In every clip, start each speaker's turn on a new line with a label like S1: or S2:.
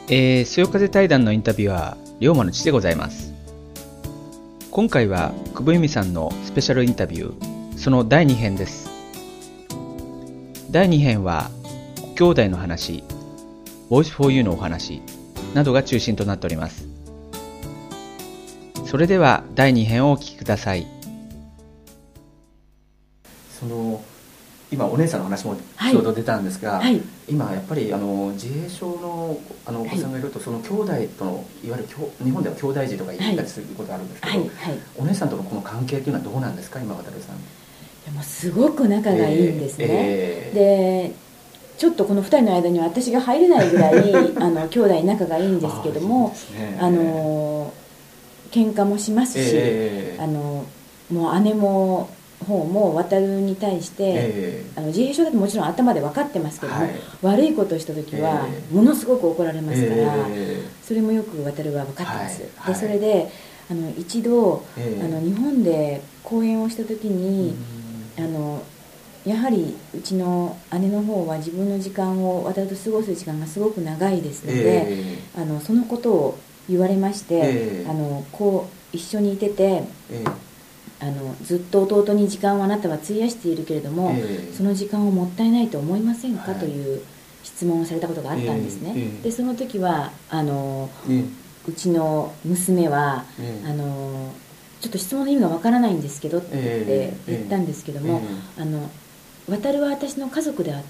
S1: そよ風対談のインタビュアー、龍馬の父でございます。今回は久保由美さんのスペシャルインタビュー、その第2編です。第2編は、兄弟の話、Voice for You のお話などが中心となっております。それでは第2編をお聞きください。
S2: 今お姉さんの話もちょうど出たんですが、
S3: はい、
S2: 今やっぱり自閉症のお子さんがいると、その兄弟とのいわゆる日本では兄弟児とか言ったりすることがあるんですけど、お姉さんとのこの関係というのはどうなんですか、今渡さん。
S3: いやもうすごく仲がいいんですね。でちょっとこの2人の間には私が入れないぐらい兄弟仲がいいんですけども、喧嘩もしますし、もう姉も方も渡るに対して、自閉症だともちろん頭で分かってますけども、悪いことをした時はものすごく怒られますから、それもよく渡るは分かってます。でそれで一度日本で講演をした時に、やはりうちの姉の方は自分の時間を渡ると過ごす時間がすごく長いですので、そのことを言われまして、こう一緒にいてて、ずっと弟に時間をあなたは費やしているけれども、その時間をもったいないと思いませんか、という質問をされたことがあったんですね。でその時はうちの娘は、ちょっと質問の意味がわからないんですけどって言ったんですけども、渡るは私の家族であって、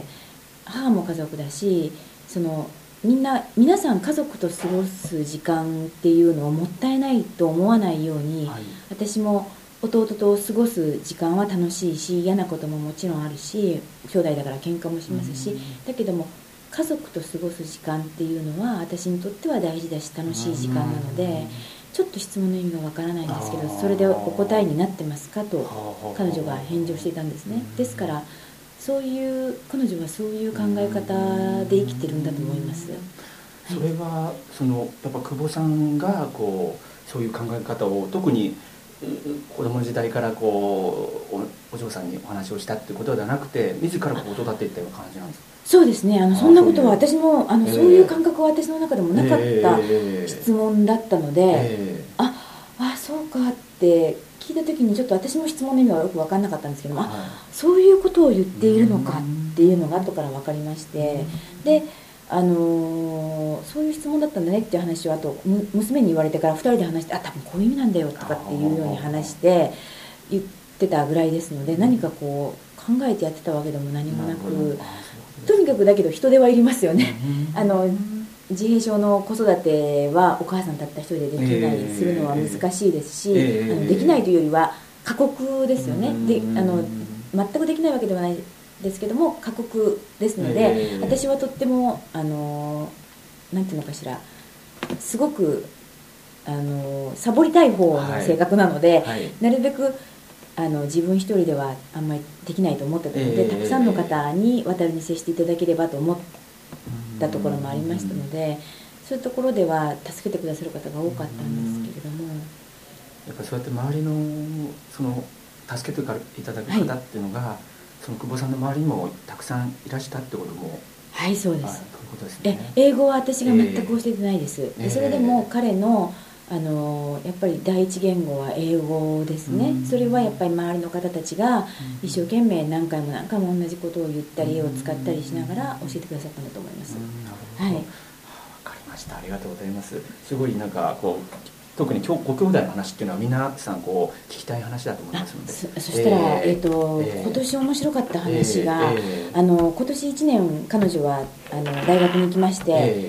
S3: 母も家族だし、皆さん家族と過ごす時間っていうのをもったいないと思わないように、私も弟と過ごす時間は楽しいし、嫌なことももちろんあるし、兄弟だから喧嘩もしますし、だけども家族と過ごす時間っていうのは私にとっては大事だし楽しい時間なので、ちょっと質問の意味がわからないんですけど、それでお答えになってますかと彼女が返事をしていたんですね。ですから彼女はそういう考え方で生きてるんだと思います。
S2: それはやっぱ久保さんがそういう考え方を特に子供の時代からお嬢さんにお話をしたっていうことではなくて、自ら育っていったような感じなんですか。
S3: そうですね、そんなことは私もそういう感覚は私の中でもなかった質問だったので、そうかって聞いた時にちょっと私も質問の意味はよく分からなかったんですけども、そういうことを言っているのかっていうのが後から分かりまして、でそういう質問だったんだねっていう話をあと娘に言われてから2人で話して、多分こういう意味なんだよとかっていうように話して言ってたぐらいですので、何か考えてやってたわけでも何もなく、とにかくだけど人手はいりますよね。自閉症の子育てはお母さんたった一人でできない、するのは難しいですし、できないというよりは過酷ですよね。で全くできないわけではないですけども過酷ですので、私はとってもなんていうのかしら、すごくサボりたい方の性格なので、なるべく自分一人ではあんまりできないと思ってたので、たくさんの方に渡るに接していただければと思ったところもありましたので、そういうところでは助けてくださる方が多かったんですけれども、
S2: やっぱりそうやって周りの助けていただく方っていうのが、その久保さんの周りにもたくさんいらしたってことも。
S3: はい、そうです。
S2: ということですね。
S3: 英語は私が全く教えてないです。でそれでも彼のやっぱり第一言語は英語ですね。それはやっぱり周りの方たちが一生懸命何回も何回も同じことを言ったり絵を使ったりしながら教えてくださったんだと思います。
S2: なるほど。わかりました。ありがとうございます。すごいなんか特にご兄弟の話っていうのは皆さん聞きたい話だと思いますので、
S3: そしたら、今年面白かった話が、今年1年彼女は大学に行きまして、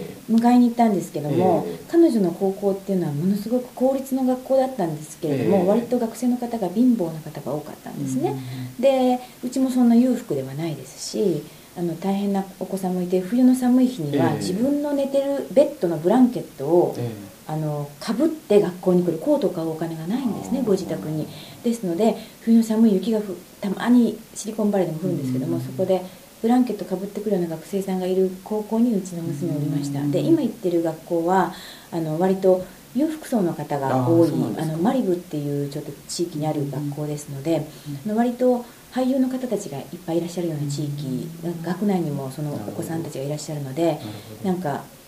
S3: 迎えに行ったんですけども、彼女の高校っていうのはものすごく公立の学校だったんですけれども、割と学生の方が貧乏な方が多かったんですね。でうちもそんな裕福ではないですし、大変なお子さんもいて、冬の寒い日には自分の寝てるベッドのブランケットをかぶって学校に来る。コートを買うお金がないんですね、ご自宅に。ですので冬の寒い雪がたまにシリコンバレーでも降るんですけども、そこでブランケットかぶってくるような学生さんがいる高校にうちの娘おりました。で今行ってる学校は割と裕福層の方が多いマリブっていうちょっと地域にある学校ですので、割と俳優の方たちがいっぱいいらっしゃるような地域、学内にもそのお子さんたちがいらっしゃるので、なんか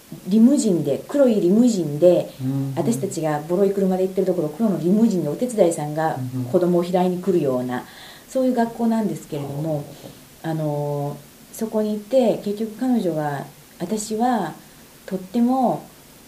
S3: リムジンで、黒いリムジンで、私たちがボロい車で行ってるところ、黒のリムジンでお手伝いさんが子供を拾いに来るような、そういう学校なんですけれども、そこに行って結局彼女が、私はとっても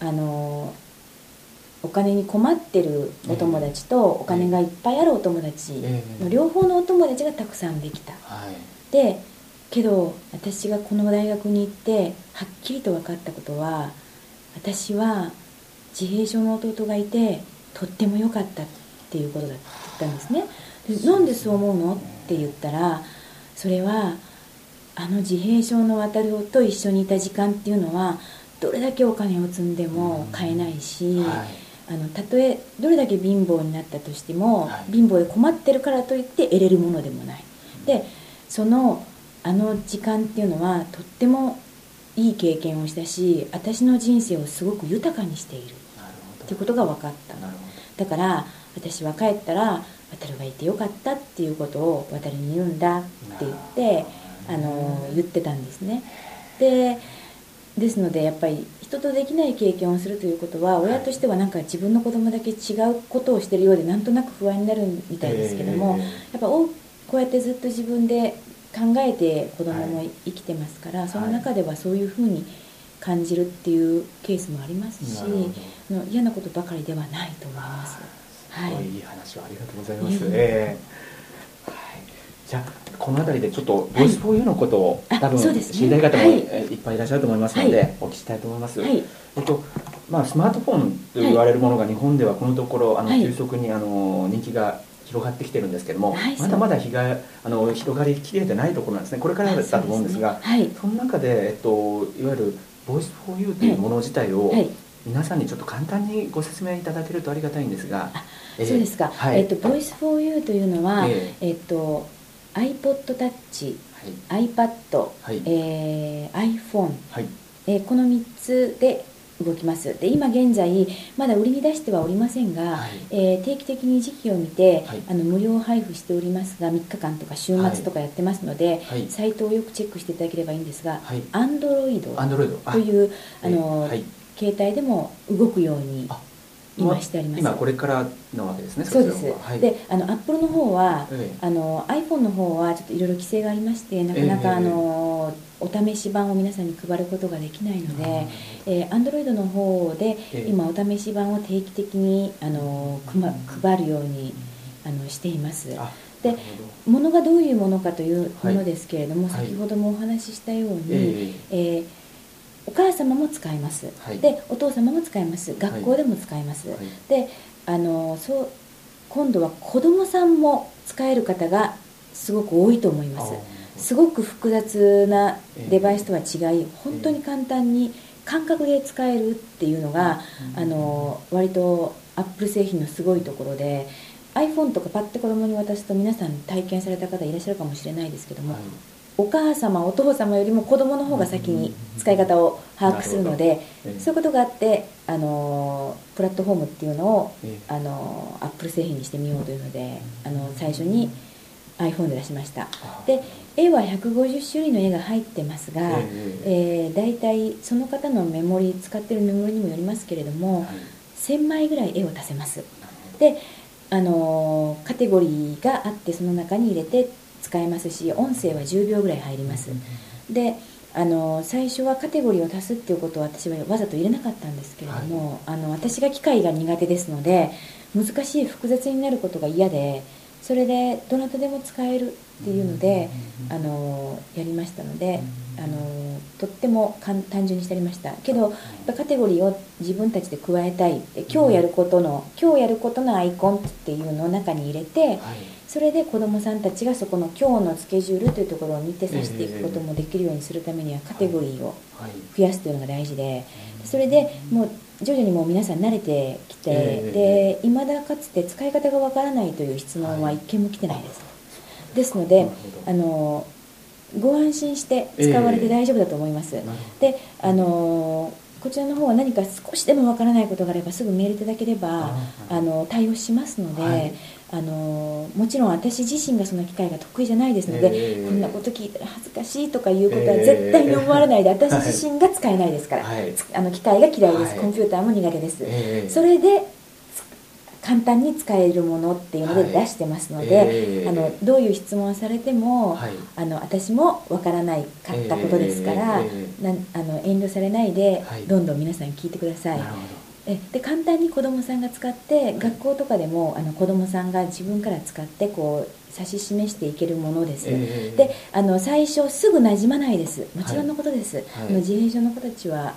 S3: お金に困ってるお友達とお金がいっぱいあるお友達の両方のお友達がたくさんできた、でけど私がこの大学に行ってはっきりと分かったことは、私は自閉症の弟がいてとっても良かったっていうことだって言ったんですね。で、なんでそう思うのって言ったら、それは自閉症の渡ると一緒にいた時間っていうのはどれだけお金を積んでも買えないし、たとえどれだけ貧乏になったとしても、貧乏で困ってるからといって得れるものでもない。で、時間っていうのはとってもいい経験をしたし、私の人生をすごく豊かにしているっていうことが分かった。だから私は帰ったら渡がいてよかったっていうことを渡に言うんだって言って言ってたんですね。ですのでやっぱり人とできない経験をするということは、親としてはなんか自分の子供だけ違うことをしているようでなんとなく不安になるみたいですけども、やっぱこうやってずっと自分で考えて子供も生きてますから、その中ではそういうふうに感じるっていうケースもありますし、嫌なことばかりではないと思います。
S2: すごいいい話をありがとうございます。じゃあこの辺りでちょっとボイスフォーユーのことを多分知りたい方もいっぱいいらっしゃると思いますので、お聞きしたいと思います。スマートフォンと言われるものが日本ではこのところ急速に人気が広がってきてるんですけども、まだまだ広がりきれてないところなんですね。これからだと思うんですが、その中で、いわゆるボイスフォーユーというもの自体を皆さんにちょっと簡単にご説明いただけるとありがたいんですが。
S3: そうですか。ボイスフォーユーというのは、iPod Touch、iPad、iPhone、この3つで動きます。で、今現在まだ売りに出してはおりませんが、定期的に時期を見て、無料配布しておりますが、3日間とか週末とかやってますので、サイトをよくチェックしていただければいいんですが、Android という携帯でも動くように今してあります。
S2: 今これからのわけですね。
S3: そうです。で、Apple の方は、iPhone の方はちょっといろいろ規制がありまして、なかなかお試し版を皆さんに配ることができないので、Android の方で今お試し版を定期的に配るようにしています。で、ものがどういうものかというものですけれども、先ほどもお話ししたように、お母様も使えます、でお父様も使えます、学校でも使えます、で今度は子どもさんも使える方がすごく多いと思います。すごく複雑なデバイスとは違い、本当に簡単に感覚で使えるっていうのが、割とアップル製品のすごいところで、 iPhone とかパッて子供に渡すと皆さん体験された方いらっしゃるかもしれないですけども、お母様お父様よりも子供の方が先に使い方を把握するので、そういうことがあって、プラットフォームっていうのをアップル製品にしてみようというので、最初に iPhone で出しました。で、絵は150種類の絵が入ってますが、だいたいその方のメモリ使ってるメモリにもよりますけれども、1000枚ぐらい絵を足せます。で、カテゴリーがあって、その中に入れて使えますし、音声は10秒ぐらい入ります。で、最初はカテゴリーを足すっていうことを私はわざと入れなかったんですけれども、私が機械が苦手ですので、難しい複雑になることが嫌で、それでどなたでも使えるっていうのでやりましたので、とっても単純にしてありましたけど、やっぱカテゴリーを自分たちで加えたい、今日やることのアイコンっていうのを中に入れて、それで子どもさんたちがそこの今日のスケジュールというところを見て指していくこともできるようにするためには、カテゴリーを増やすというのが大事で、それでもう徐々にもう皆さん慣れてきて、で未だかつて使い方がわからないという質問は一件も来てないです。ですのでご安心して使われて大丈夫だと思います。でこちらの方は何か少しでもわからないことがあればすぐメールいただければ対応しますので、 もちろん私自身がその機会が得意じゃないですので、こんなこと聞いたら恥ずかしいとかいうことは絶対に思われないで、私自身が使えないですから、機械が嫌いです、コンピューターも苦手です、それで簡単に使えるものっていうので出してますので、どういう質問をされても、私もわからないかったことですから、遠慮されないで、どんどん皆さん聞いてください。で簡単に子どもさんが使って、学校とかでも子どもさんが自分から使ってこう指し示していけるものです、で最初すぐ馴染まないです、もちろんのことです、自閉症の子たちは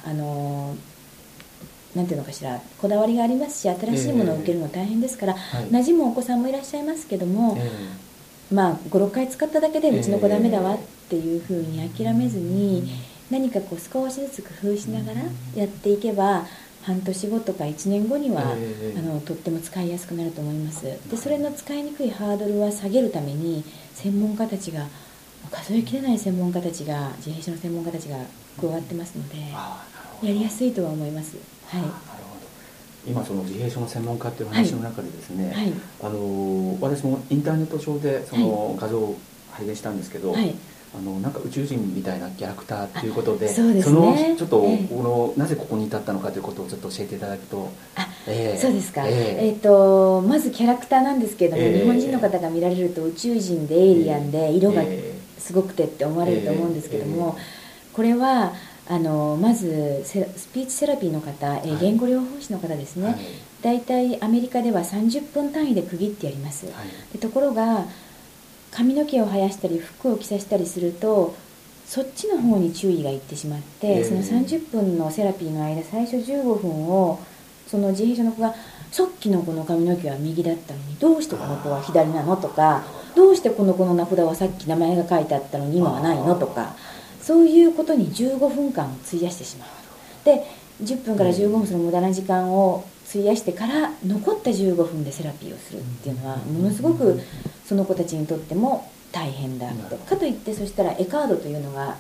S3: なんていうのかしら、こだわりがありますし、新しいものを受けるの大変ですから、馴染むお子さんもいらっしゃいますけども、まあ56回使っただけでうちの子ダメだわっていうふうに諦めずに、何かこう少しずつ工夫しながらやっていけば、半年後とか1年後には、とっても使いやすくなると思います。でそれの使いにくいハードルは下げるために、専門家たちが、数えきれない専門家たちが、自閉症の専門家たちが加わってますので、やりやすいとは思います。はい、なるほ
S2: ど。今その自閉症の専門家っていう話の中でですね、私もインターネット上でその画像を拝見したんですけど、なんか宇宙人みたいなキャラクターということで、
S3: そうですね、
S2: そのちょっと、なぜここに至ったのかということをちょっと教えていただくと。
S3: そうですか、まずキャラクターなんですけれども、日本人の方が見られると宇宙人でエイリアンで色がすごくてって思われると思うんですけども、これはまずスピーチセラピーの方、言語療法士の方ですね、だいたいアメリカでは30分単位で区切ってやります、でところが髪の毛を生やしたり服を着させたりすると、そっちの方に注意がいってしまって、その30分のセラピーの間、最初15分をその自閉症の子が、さっきの子の髪の毛は右だったのにどうしてこの子は左なのとか、どうしてこの子の名札はさっき名前が書いてあったのに今はないのとか、そういうことに15分間を費やしてしまう。で10分から15分その無駄な時間を費やしてから、残った15分でセラピーをするっていうのは、ものすごくその子たちにとっても大変だってかといって、そしたらエカードというのがあって、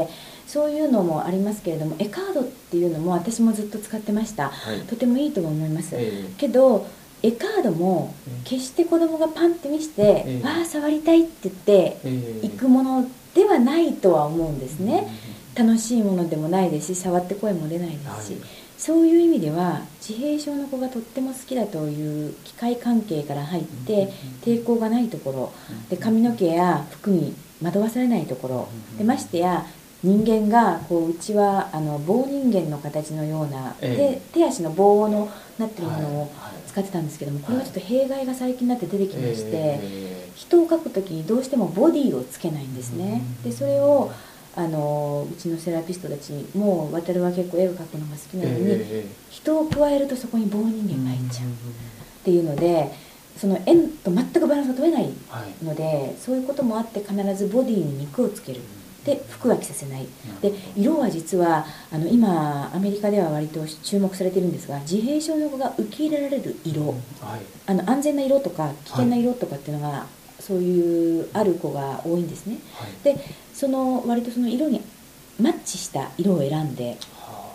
S3: そういうのもありますけれども、エカードっていうのも私もずっと使ってました、とてもいいと思います、けどエカードも決して子供がパンって見せて、わあ触りたいって言って行くものではないとは思うんですね。楽しいものでもないですし、触って声も出ないですし、そういう意味では自閉症の子がとっても好きだという機械関係から入って、抵抗がないところで、髪の毛や服に惑わされないところで、ましてや人間がうちは棒人間の形のような、手足の棒のなってるものを使ってたんですけども、これはちょっと弊害が最近になって出てきまして、人を描くときにどうしてもボディをつけないんですね。でそれをうちのセラピストたちも、渡るは結構絵を描くのが好きなのに、人を加えるとそこに棒人間が入っちゃうっていうので、その円と全くバランスが取れないので、そういうこともあって必ずボディに肉をつける。で服は着させない。で色は実は今アメリカでは割と注目されているんですが、自閉症の子が受け入れられる色、安全な色とか危険な色とかっていうのが、そういうある子が多いんですね、で割とその色にマッチした色を選んで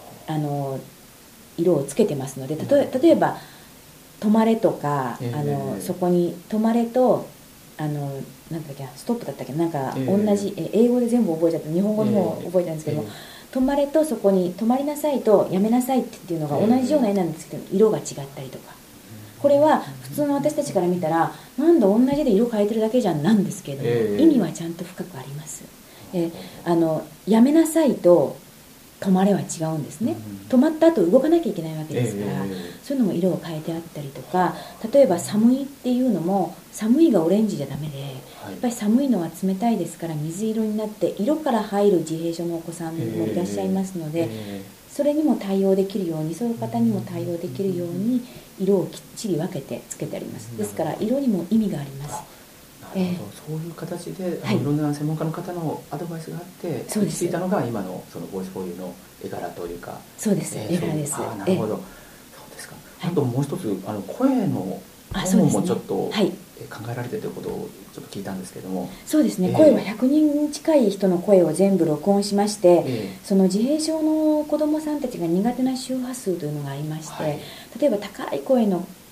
S3: 色をつけてますので、例えば止まれとか、そこに止まれとなんだっけ、ストップだったっけ、なんか同じ、英語で全部覚えちゃって、日本語でも覚えたんですけども、止まれとそこに止まりなさいとやめなさいっていうのが同じような絵なんですけど、色が違ったりとか、これは普通の私たちから見たら、なんで同じで色変えてるだけじゃんなんですけども、意味はちゃんと深くあります。やめなさいと止まれは違うんですね。止まった後動かなきゃいけないわけですから、そういうのも色を変えてあったりとか、例えば寒いっていうのも、寒いがオレンジじゃダメで、やっぱり寒いのは冷たいですから水色になって、色から入る自閉症のお子さんもいらっしゃいますので、それにも対応できるように、そういう方にも対応できるように色をきっちり分けてつけてあります。ですから色にも意味があります。
S2: なるほど、そういう形でいろんな専門家の方のアドバイスがあって行き着いたのが今のそのボイスフォーユーの絵柄というか。
S3: そうです、絵柄です。
S2: なるほど、そうですか。あともう一つ声のトーンもちょっと考えられてということをちょっと聞いたんですけども。
S3: そうですね、声は100人近い人の声を全部録音しまして、その自閉症の子どもさんたちが苦手な周波数というのがありまして、例えば高い声の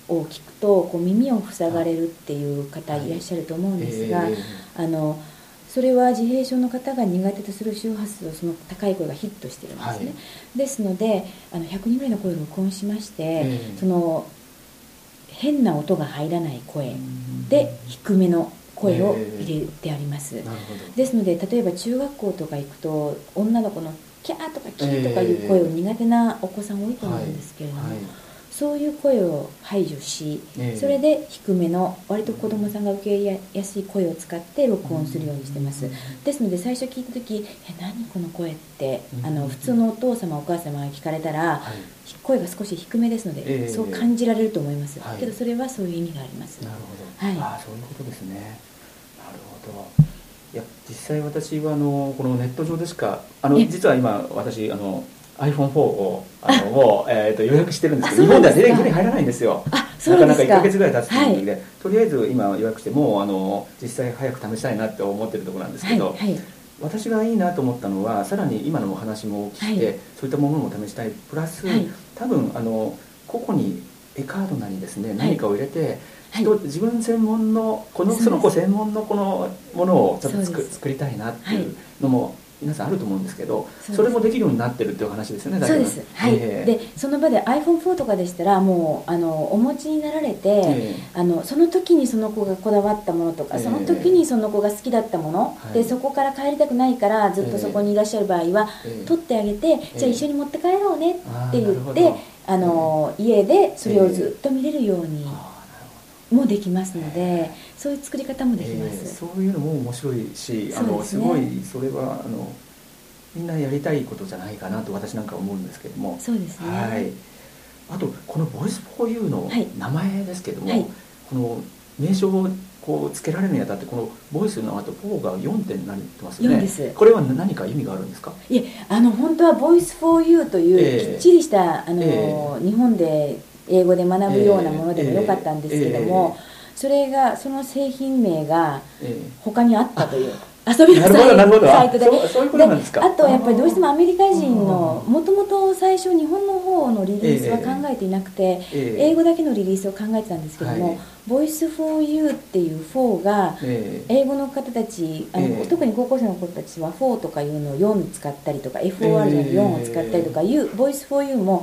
S3: を聞くとこう耳を塞がれるっていう方いらっしゃると思うんですが、それは自閉症の方が苦手とする周波数をその高い声がヒットしてるんですね、ですので100人ぐらいの声を録音しまして、その変な音が入らない声で低めの声を入れてあります。ですので例えば中学校とか行くと女の子のキャーとかキーとかいう声を苦手なお子さん多いと思うんですけれども、そういう声を排除し、それで低めの割と子どもさんが受け入れやすい声を使って録音するようにしてます。ですので最初聞いた時何この声って普通のお父様お母様が聞かれたら、声が少し低めですので、そう感じられると思います、けどそれはそういう意味があります。
S2: なるほど、そういうことですね。なるほど。いや実際私はこのネット上でしか実は今私iPhone4 をもう、予約してるんですけど、日本では手に入らないんですよ。なかなか1ヶ月ぐらい経つというので、とりあえず今予約してもう実際早く試したいなって思ってるところなんですけど、私がいいなと思ったのはさらに今のお話も聞いて、そういったものも試したいプラス、多分個々に絵カードなりですね、何かを入れて、自分専門のその子専門のこのものをちょっと作りたいなっていうのも皆さんあると思うんですけど、それもできるようになってるっていう話ですよね。
S3: そうです、でその場で iPhone4 とかでしたらもうお持ちになられて、その時にその子がこだわったものとか、その時にその子が好きだったもの、でそこから帰りたくないからずっとそこにいらっしゃる場合は、取ってあげて、じゃあ一緒に持って帰ろうねって言って、家でそれをずっと見れるようにもできますので、そういう作り方もできます。
S2: そういうのも面白いし、すごいそれはみんなやりたいことじゃないかなと私なんか思うんですけども。
S3: そうですね。
S2: あとこの Voice4You の名前ですけども、この名称を付けられるにあたって、このボイスの後4が4点になってますよね。4です。これは何か意味があるんですか？
S3: いえ、本当は Voice4You というきっちりした日本で英語で学ぶようなものでもよかったんですけども、それがその製品名が他にあったという遊びのサイトで、
S2: そういうことなんですか。
S3: あとやっぱりどうしてもアメリカ人のもともと最初日本の方のリリースは考えていなくて、英語だけのリリースを考えてたんですけども、Voice4You っていう4が英語の方たち、特に高校生の子たちは4とかいうのを4使ったりとか、FOR じゃなくて4を使ったりとか、Voice4You も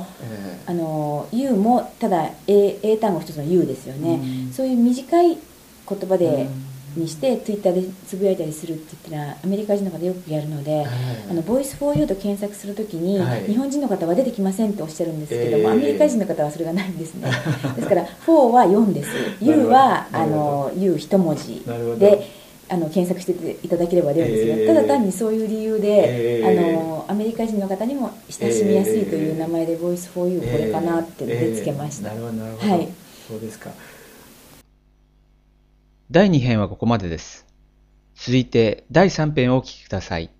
S3: U もただ英単語一つの U ですよね。そういう短い言葉でにしてツイッターでつぶやいたりするって言ったらアメリカ人の方よくやるので、Voice4You と検索するときに、日本人の方は出てきませんとおっしゃるんですけども、アメリカ人の方はそれがないんですね。ですから4は4です。U はU 一文字で検索していただければ出るんですよ。ただ単にそういう理由で、アメリカ人の方にも親しみやすいという名前で Voice4You これかなってでつけました。
S2: なるほどなるほど、はい、そうですか。
S1: 第2編はここまでです。続いて第3編をお聞きください。